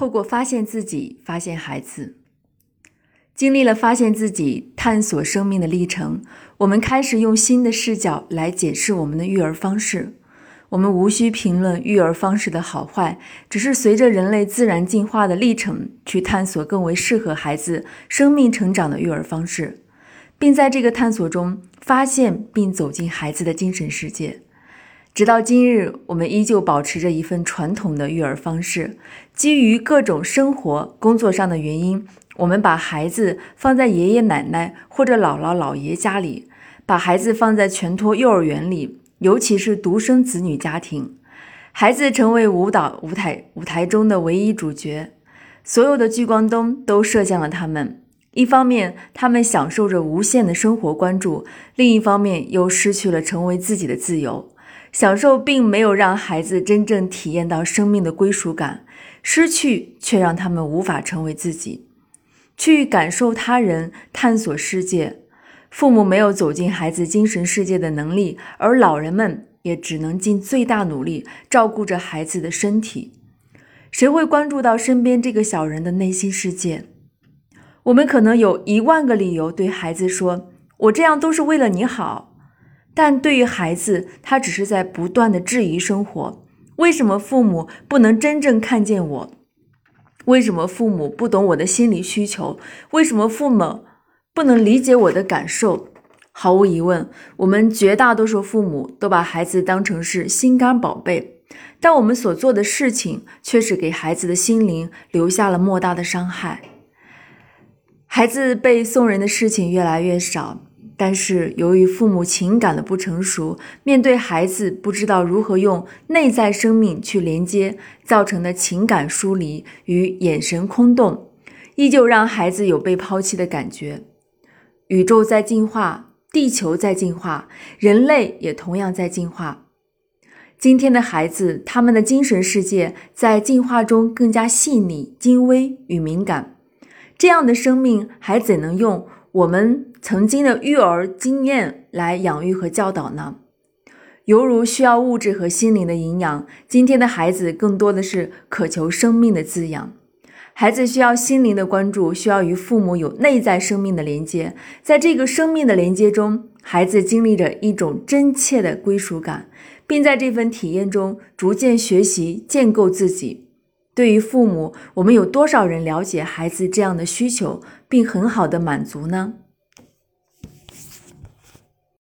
透过发现自己，发现孩子。经历了发现自己、探索生命的历程，我们开始用新的视角来检视我们的育儿方式。我们无需评论育儿方式的好坏，只是随着人类自然进化的历程去探索更为适合孩子生命成长的育儿方式，并在这个探索中发现并走进孩子的精神世界。直到今日，我们依旧保持着一份传统的育儿方式，基于各种生活、工作上的原因，我们把孩子放在爷爷奶奶或者姥姥姥爷家里，把孩子放在全托幼儿园里，尤其是独生子女家庭。孩子成为舞台中的唯一主角，所有的聚光灯都射向了他们。一方面，他们享受着无限的生活关注，另一方面又失去了成为自己的自由。享受并没有让孩子真正体验到生命的归属感，失去却让他们无法成为自己，去感受他人，探索世界。父母没有走进孩子精神世界的能力，而老人们也只能尽最大努力照顾着孩子的身体。谁会关注到身边这个小人的内心世界？我们可能有10000个理由对孩子说，我这样都是为了你好。但对于孩子，他只是在不断的质疑生活。为什么父母不能真正看见我？为什么父母不懂我的心理需求？为什么父母不能理解我的感受？毫无疑问，我们绝大多数父母都把孩子当成是心肝宝贝，但我们所做的事情却是给孩子的心灵留下了莫大的伤害。孩子被送人的事情越来越少，但是由于父母情感的不成熟，面对孩子不知道如何用内在生命去连接，造成的情感疏离与眼神空洞，依旧让孩子有被抛弃的感觉。宇宙在进化，地球在进化，人类也同样在进化。今天的孩子，他们的精神世界在进化中更加细腻、精微与敏感。这样的生命还怎能用我们曾经的育儿经验来养育和教导呢？犹如需要物质和心灵的营养，今天的孩子更多的是渴求生命的滋养。孩子需要心灵的关注，需要与父母有内在生命的连接。在这个生命的连接中，孩子经历着一种真切的归属感，并在这份体验中逐渐学习建构自己。对于父母，我们有多少人了解孩子这样的需求，并很好的满足呢？